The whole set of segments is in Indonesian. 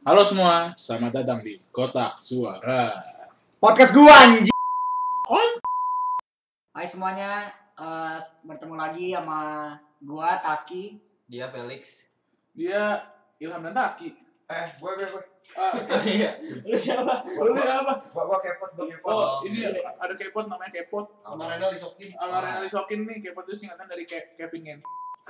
Halo semua, selamat datang di Kotak Suara. Podcast gua anjing. On. Hai semuanya, bertemu lagi sama gua Taki. Dia Felix. Dia Ilham dan Taki. Gue. Iya. Lu siapa? Lu apa? Gua kepot. Oh, ini ada Kepot, namanya Kepot. Sama Renal disokin. Sama Renal Disokin nih, Kepot itu singkatan dari Kevin Ngen.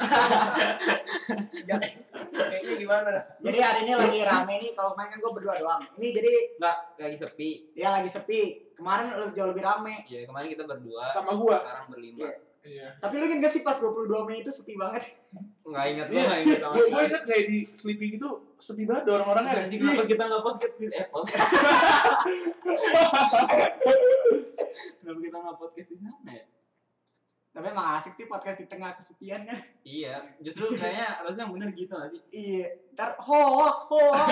Kayaknya gimana? Jadi hari ini lagi rame nih, kalau main kan gua berdua doang. Ini jadi Enggak, lagi sepi. ya lagi sepi. Kemarin jauh lebih rame. Ya, kemarin kita berdua. Sama gua. Sekarang berlima. Iya. Tapi lu inget gak sih pas 22 Mei itu sepi banget? Enggak ingat Iya, enggak ingat sama Gue sekali. ingat kayak di Sleepy gitu sepi banget orang-orangnya. Anjing, kenapa kita enggak post? Kenapa kita enggak podcast di sana ya? Tapi emang asik sih podcast di tengah kesepian kan. Iya, justru kayaknya harusnya bener gitu gak sih? Iya, ntar hoak.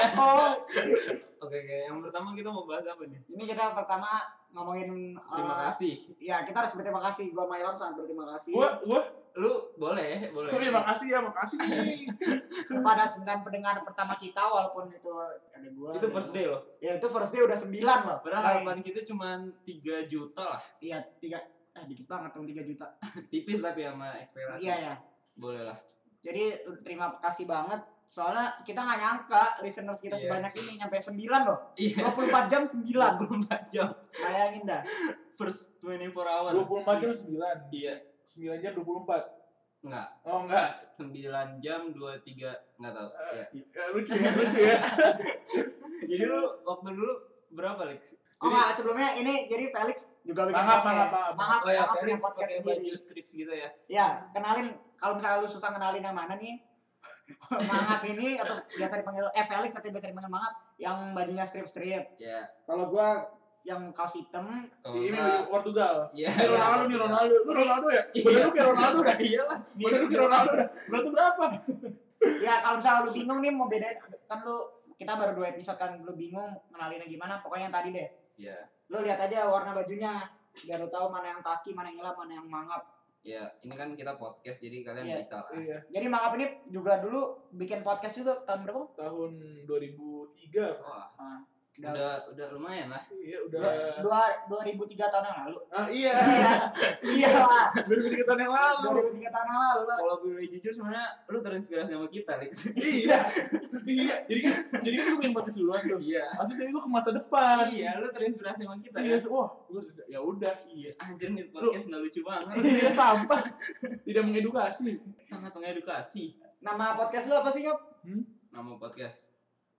Oke, yang pertama kita mau bahas apa nih? Ini kita pertama ngomongin Terima kasih. Ya, kita harus berterima kasih. Gua sama Ilham sangat berterima kasih. Gua Lu boleh. makasih nih. Kepada 9 pendengar pertama kita, walaupun itu ada gua. Itu first day loh. Ya itu first day udah 9 loh. Padahal harapan kita cuma 3 juta lah. Iya, dikit banget dong 3 juta. Tipis tapi sama ekspektasi. Iya ya. Boleh lah. Jadi terima kasih banget. Soalnya kita nggak nyangka listeners kita Iya. sebanyak ini nyampe 9 loh. Iya. 24 jam 9. 24 jam. Bayangin dah. First 24 hour. 24 jam 9. Iya. 9 jam 24. Enggak. Oh enggak. 9 jam 23 enggak tahu. Iya. Lucu ya. Jadi lu waktu dulu berapa, Lex? Oh enggak, sebelumnya ini jadi Felix juga bikin Mangap. Oh ya, punya Felix podcast pakai sendiri. baju strips gitu ya. Ya, kenalin kalau misalnya lu susah kenalin yang mana nih? Mangap ini atau biasa dipanggil Felix atau biasa dipanggil Mangap yang bajunya strip-strip. Ya. Kalau gua yang kaos hitam. Kalau Ini enggak Portugal. Iya. Ini Ronaldo. Lu Ronaldo ya? Bener lu kayak Ronaldo dah. Iyalah. Bener lu kayak Ronaldo dah. Berarti berapa? Ya kalau misalnya lu bingung nih mau bedain kan kita baru 2 episode kan lu bingung kenalinnya gimana pokoknya yang tadi deh. Iya. Lu lihat aja warna bajunya biar lu tahu mana yang Taki, mana yang Ilham, mana yang Mangap. Ya, ini kan kita podcast jadi kalian Iya. bisa lah. Iya. Jadi Mangap ini juga dulu bikin podcast juga tahun berapa? Tahun 2003. Wah, Udah udah lumayan lah. Iya, udah. 2003 tahun yang lalu. Ah, iya. Iya lah. 2003 tahun yang lalu. 2003 tahun yang lalu lah. Kalau boleh jujur sebenarnya lu terinspirasi sama kita, Lex. Iya. Iya. Jadi kan gue pengen podcast duluan tuh. Iya. Maksudnya dari gue ke masa depan. Iya, lu terinspirasi sama kita. Iya, Kan? wah, ya udah. Iya, anjir nih podcast nggak lucu banget. Iya, sampah. Tidak mengedukasi. Sangat mengedukasi. Nama podcast lu apa sih, Ngap? Nama podcast.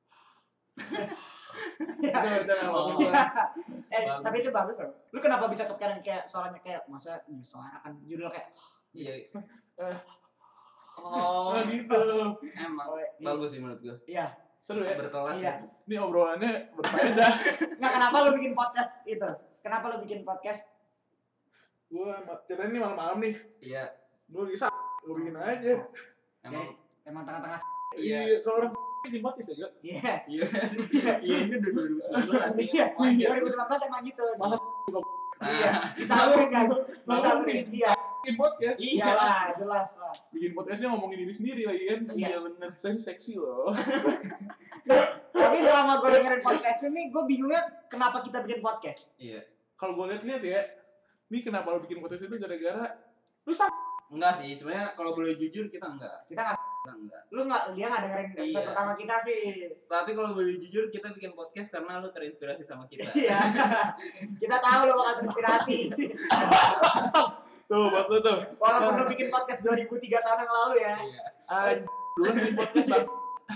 Udah, Oh. ngomong. Bagus. Tapi itu bagus loh. Lu kenapa bisa kepikiran kayak suaranya kayak masa suara kan judul kayak Iya. Eh. Oh, Nah, gitu. emang oh, bagus sih menurut gua. Iya. Seru ya. Berkelas Iya. ya. Ini obrolannya berfaedah. Nggak, kenapa lu bikin podcast itu? Kenapa lu bikin podcast? Gue ceritanya ini malam-malam nih. Iya, Gue bisa. Gue bikin aja. emang Emang tengah-tengah iya. Kalau orang di podcast aja. iya. Iya sih. Iya, ini udah 2019 sih. Iya, Wajar. 2019 emang gitu. Masa Iya, disalurin kan. Disalurin. Iya. bikin podcast. Iya lah, jelas lah. Bikin podcastnya ngomongin diri sendiri lagi kan. Iya bener. Saya seksi loh. Tapi selama gue dengerin podcast ini, gue bingungnya kenapa kita bikin podcast. Iya. Kalau gue lihat ya, ini kenapa lo bikin podcast itu gara-gara lu Enggak sih, sebenarnya kalau boleh jujur kita enggak. Kita nggak, Enggak. dia nggak dengerin episode Iya. pertama kita sih. Tapi kalau boleh jujur kita bikin podcast karena lu terinspirasi sama kita. Iya. Kita tahu lo bakal terinspirasi. tuh buat lo tuh. Walaupun lo bikin podcast 2003 tahun yang lalu ya. Iya. Dulu bikin podcast Bang.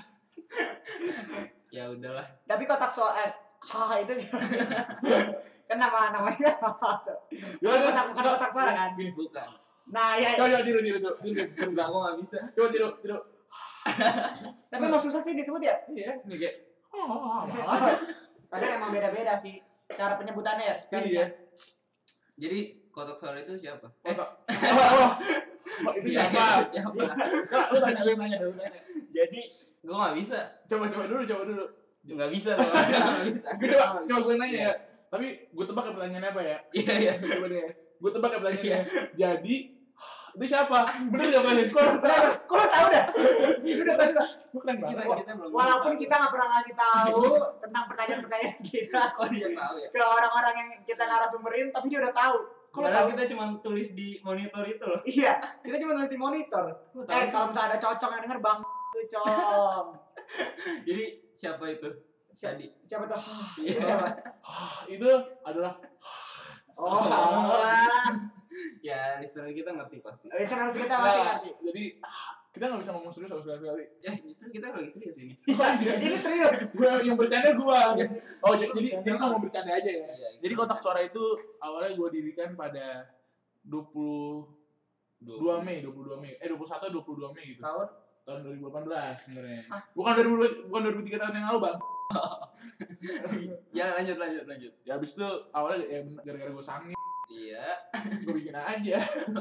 Ya udahlah. Tapi kotak soal itu sih. Kan namanya Ya udah. bukan kotak suara kan. Bukan. Nah ya. Coba tidur. Enggak, gua enggak bisa. Coba tidur. Tapi emang susah sih disebut ya. Iya, ini kayak. Kadang emang beda-beda sih cara penyebutannya ya. Iya. spellingnya. Jadi kotak suara itu siapa? Oh, itu Iya, siapa? Siapa? Kak, lu tanya dulu. Jadi gua enggak bisa. Coba dulu. Enggak bisa loh. Enggak bisa. Coba gue nanya ya. Tapi gue tebak ya pertanyaannya apa ya? Iya. Coba deh. Gue tebak ya pertanyaannya. Jadi Itu siapa? Bener gak kalian? Kok lo tahu dah? Udah tahu dah. Lu keren banget. Kita belum. Walaupun kita nggak pernah ngasih tahu tentang pertanyaan-pertanyaan kita kok dia tahu ya. ke orang-orang yang kita narasumberin, tapi dia udah tahu. Kok lo Padahal tahu? kita cuma tulis di monitor itu loh. Iya, kita cuma nulis di monitor. Lu tahu sih? Kalau misalnya ada cocok yang denger bang, tuh cong. Jadi siapa itu? Tadi. Siapa tuh? Iya. Itu siapa? Itu adalah Oh, Ya, listener kita ngerti pasti. listeners kita masih ngerti. jadi kita nggak bisa ngomong serius sama sekali. Ya, justru kita lagi serius ini. Ini serius. Gua yang bercanda gua. Oh jadi ngomong bercanda aja ya. Iya, Jadi kotak suara itu awalnya gua dirikan pada 22 Mei, 21 atau 22 Mei gitu. Tahun 2018 sebenarnya. Bukan 2003 tahun yang lalu, Bang. Ya, lanjut. Ya habis itu awalnya ya gara-gara gua sangit, Iya. gua bikin aja.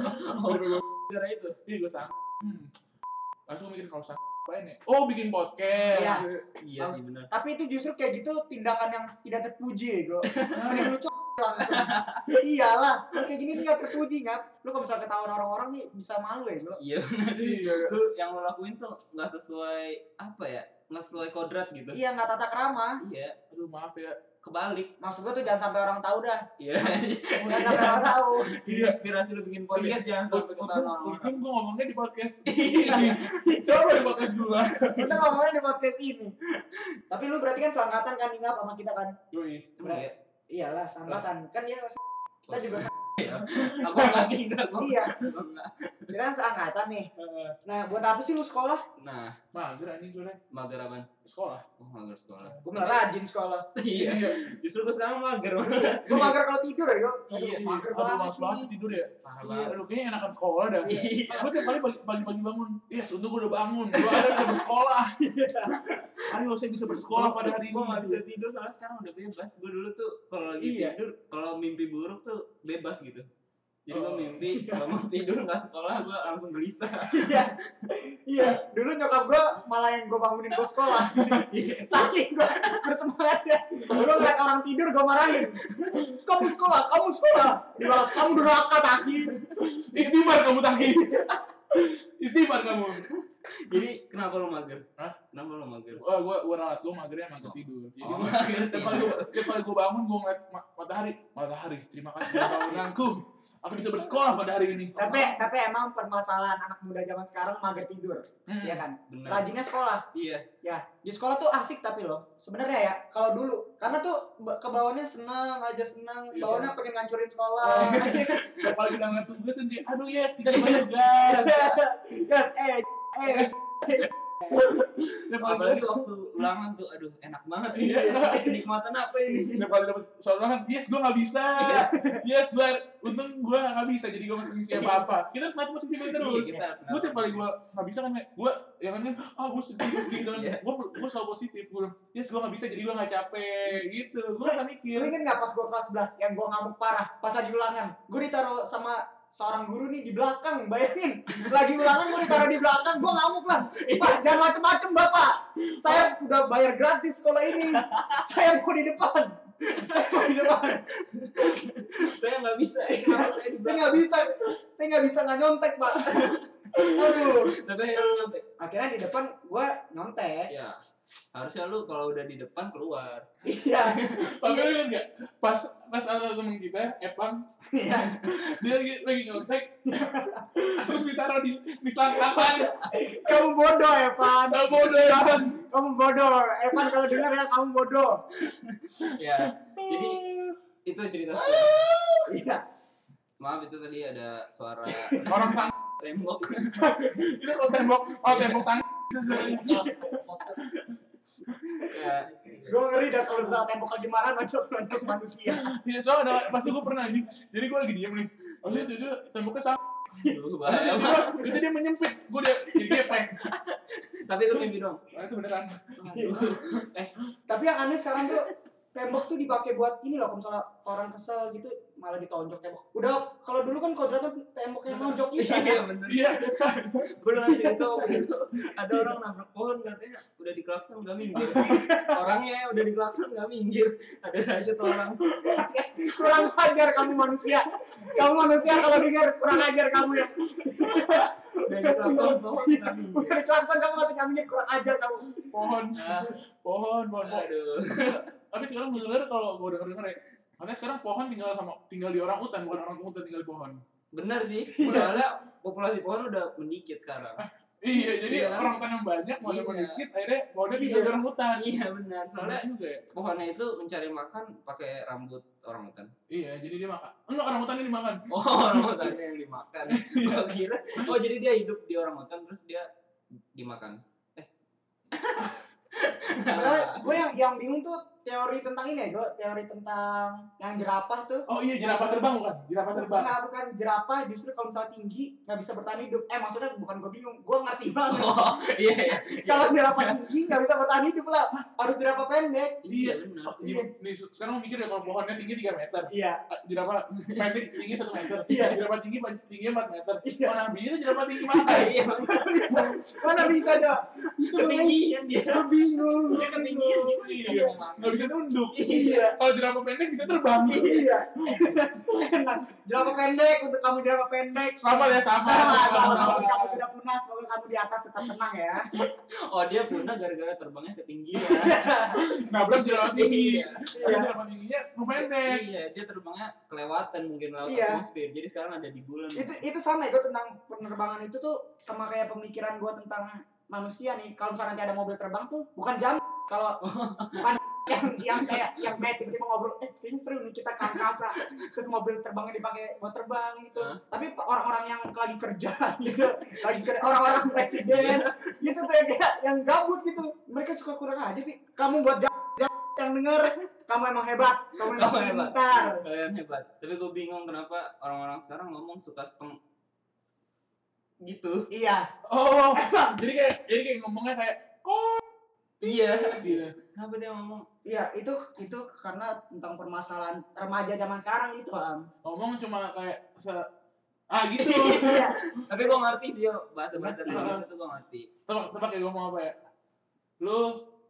Gara itu. Iya gua sangit. Langsung gua mikir kalau sangit apain ya? Oh, bikin podcast. Iya. Iya sih benar. Tapi itu justru kayak gitu tindakan yang tidak terpuji, bro. Nah, Mending lu langsung. Iyalah, kalau kayak gini nggak terpuji kan? Lu kalau misalnya ketahuan orang-orang nih bisa malu ya, bro. Iya benar sih. Iya. Lu yang lo lakuin tuh nggak sesuai apa ya? Nggak sesuai kodrat gitu. Iya, nggak tata krama. Iya, Aduh, maaf ya. kebalik. Maksud gua tuh jangan sampai orang tahu dah. Iya. Jangan sampai orang tahu. Iya. Inspirasi lu bikin podcast jangan sampai ketahuan orang. Untung gua ngomongnya di podcast. Iya. Coba di podcast gua. Kita ngomongnya di podcast ini. Tapi lu berarti kan seangkatan kan Ingap sama kita kan? Yoi. Iya. Iyalah, seangkatan. Kan dia kita juga Aku nggak sih enggak kok. iya, Enggak. kita kan seangkatan nih. Nah, buat apa sih lu sekolah? Nah, Mager anjing sore. mager apaan? Sekolah. Oh, mager sekolah. Gua malah rajin sekolah. Iya. Justru gue sekarang mager. Gua mager kalau tidur ya, gua. Iya. Mager Aduh, banget males banget nih. tidur ya. Parah Iya, banget. lu kayaknya enakan sekolah dah. Iya. Gue tiap kali pagi-pagi bangun. Yes, untung gue udah bangun. Gue ada bisa bersekolah. Ayo, saya bisa bersekolah pada hari ini. Gue nggak bisa tidur soalnya sekarang udah bebas. Gue dulu tuh kalau lagi Iya. tidur, kalau mimpi buruk tuh bebas gitu. Jadi gue Oh. mimpi kalau mau tidur nggak sekolah gue langsung gelisah. Iya. Iya, dulu nyokap gua malah yang gua bangunin buat sekolah. Saking gua bersemangat ya. Gua ngeliat orang tidur gua marahin. Kamu sekolah. Dibalas kamu durhaka Taki. Istighfar kamu Taki. Istighfar kamu. Jadi kenapa lo mager? Hah? Kenapa lo mager? Wah, gue ralat, gue magernya mager tidur. Jadi Oh, gua- mager tiap kali gue bangun, gue ngeliat matahari. Terima kasih sudah bangunanku. Aku bisa bersekolah pada hari ini. Tapi emang permasalahan anak muda zaman sekarang mager tidur, ya kan? Benar. Rajinnya sekolah. Iya. Ya, di sekolah tuh asik tapi loh. Sebenarnya ya, kalau dulu karena tuh kebawaannya senang, Iya. bawaannya pengen ngancurin sekolah. Oh. Tiap kali kita ngeliat tugas nanti, aduh yes, kita banyak guys. Guys, Tiap kali Apalagi waktu ulangan tuh, aduh enak banget nih. Iya. Nikmatan apa ini? tiap kali dapet soal ulangan, yes gue nggak bisa. Yes, untung gue nggak bisa, jadi gue masih ngisi apa-apa. Kita semangat positif terus. Iya, kita Gue tiap kali gue nggak bisa kan, gue yang kan gue sedih gitu kan. Iya. Gue selalu positif. Gue bilang, yes gue nggak bisa, jadi gue nggak capek gitu. Gue nggak mikir. Lu inget gak pas gua kelas 11 yang gua ngamuk parah pas lagi ulangan? Gua ditaruh sama seorang guru nih di belakang, bayangin. Lagi ulangan gua ditaruh di belakang, gua ngamuk lah. Pak, jangan macem-macem Bapak. Saya udah bayar gratis sekolah ini. Saya mau di depan. Saya nggak bisa. Saya nggak bisa nggak nyontek Pak. Aduh. Tapi akhirnya lu nyontek. Akhirnya di depan gua nyontek. Ya. Harusnya lu kalau udah di depan keluar. Iya. Tapi lu inget gak? Pas ada temen kita, Epang, Iya. dia lagi nyontek, terus ditaruh di selangkangan. Kamu bodoh Evan. Gak bodoh ya. Kamu bodoh. Evan kalau dengar ya kamu bodoh. Ya. Jadi itu cerita. Iya. Maaf itu tadi ada suara Orang sang tembok. itu kalau tembok sang. Ya. Gue ngeri dah kalau misalnya tembok lagi marah nonjok manusia. Iya, soalnya pasti gue pernah nih. Jadi gue lagi diem nih. Lalu itu temboknya sang. Aduh, bahaya banget. Itu dia menyempit. Gue udah jadi gepeng. Tapi lu mimpi dong. Nah, itu beneran. Tapi yang aneh sekarang tuh tembok tuh dipakai buat ini loh, kalau misalnya orang kesel gitu malah ditonjok tembok. Udah kalau dulu kan kodratnya tembok yang nonjok kita. Iya bener. Iya. Gue udah ngasih itu waktu itu ada orang nabrak pohon katanya udah diklakson gak minggir. Orangnya udah diklakson gak minggir. Ada aja tuh orang. Kurang ajar kamu manusia. Kamu manusia kalau dengar kurang ajar kamu ya. Udah diklakson pohon gak minggir. Udah klakson kamu masih nggak mikir, kurang ajar kamu. Pohon. Aduh. Tapi sekarang bener kalau gue denger ya, katanya sekarang pohon tinggal di orang hutan, bukan orang hutan tinggal di pohon. Bener sih. Soalnya populasi pohon udah mendikit sekarang. Iya, jadi Iya. orang hutan yang banyak, mau Iya. sedikit, akhirnya pohonnya tinggal di orang hutan. Iya benar. Soalnya Soalnya juga ya. pohonnya itu mencari makan pakai rambut orang hutan. Iya, jadi dia makan. Enggak, orang hutannya dimakan. Oh, orang hutannya yang dimakan. Oh, kira. Oh, jadi dia hidup di orang hutan terus dia dimakan. Sebenarnya gue yang bingung tuh teori tentang ini ya, gue teori tentang yang jerapah tuh. Oh iya, jerapah terbang bukan? Jerapah terbang. Enggak, bukan jerapah, justru kalau misalnya tinggi nggak bisa bertahan hidup. Maksudnya bukan gue bingung, gue ngerti banget. Oh, iya iya. Kalau jerapah tinggi nggak bisa bertahan hidup lah, harus jerapah pendek. Iya benar. Nih, sekarang mau mikir ya kalau pohonnya tinggi 3 meter. Iya. Jerapah pendek tinggi 1 meter. Iya. Jerapah tingginya 4 meter. Iya. Mana bisa jerapah tinggi mana? Iya. Mana bisa dah? Itu Ketinggian dia. gue bingung. Dia ketinggian gitu. Iya. Nggak bisa nunduk. Iya. Kalau jerapah pendek bisa terbang. Iya. Enak. Jerapah pendek untuk kamu jerapah pendek. Selamat ya, Sama, sama. kamu sudah punah, semoga kamu di atas tetap tenang ya. Oh, dia punah gara-gara terbangnya ketinggian. Nabrak jerapah tinggi. Iya. Tapi jerapah tingginya pendek. Iya, dia terbangnya kelewatan mungkin lewat Iya. atmosfer. Jadi sekarang ada di bulan. Itu sama ya, gue tentang penerbangan itu tuh sama kayak pemikiran gue tentang manusia nih. Kalau misalnya nanti ada mobil terbang tuh bukan jam, kalau bukan yang kayak tiba-tiba ngobrol, kayaknya seru nih kita ke angkasa, terus mobil terbangnya dipakai buat terbang gitu. Tapi orang-orang yang lagi kerja gitu, orang-orang presiden gitu tuh yang gabut gitu, mereka suka kurang aja sih. Kamu buat yang denger, kamu emang hebat, kamu hebat. pintar. Kalian hebat. Tapi gue bingung kenapa orang-orang sekarang ngomong suka gitu. Iya. Oh, jadi kayak ngomongnya kayak Iya. gitu. Kenapa dia ngomong? Iya, itu karena tentang permasalahan remaja zaman sekarang itu, Am. Ngomong cuma kayak gitu. Iya. Tapi gue ngerti sih yo, bahasa-bahasa kayak gitu tuh gue ngerti. Tebak ya ngomong apa ya? Lu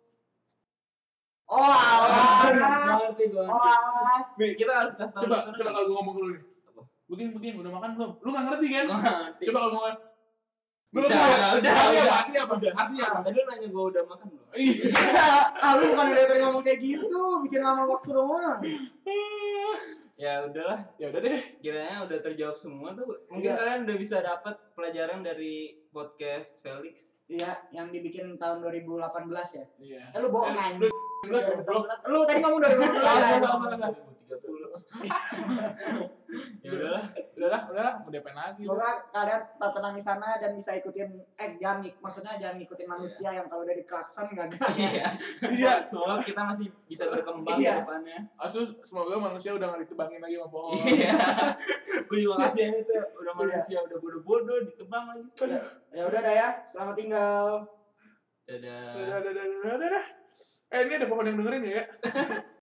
Oh, alah. Ngerti gue. Oh, alah. Kita harus kasih tahu. coba kalau gue ngomong ke lu nih. Apa? Begini, udah makan belum? Lu nggak ngerti kan? Gue ngerti. Coba kalau ngomong. Udah. Artinya apa? Tadi lu nanya gue udah makan belum? Iya. Lu bukan dari tadi ngomong kayak gitu, bikin lama waktu doang. Ya udahlah. Ya udah deh. Kiranya udah terjawab semua tuh. Mungkin Iya. kalian udah bisa dapat pelajaran dari podcast Felix. Iya, yang dibikin tahun 2018 ya. Iya. Lu bohong anjing. 2019 Lu tadi ngomong 2018. 2030. Ya udahlah. Udahlah, mau diapain lagi? Semoga kalian tetap tenang di sana dan bisa ikutin maksudnya jangan ngikutin manusia yang kalau udah diklakson gagal. Iya. Iya. Semoga kita masih bisa berkembang Iya. ke depannya. Asus, semoga manusia udah nggak ditebangin lagi sama pohon. Iya. Gue juga kasihan itu udah manusia udah bodoh-bodoh ditebang lagi. Ya udah dah ya, selamat tinggal. Dadah. Dadah. Ini ada pohon yang dengerin ya?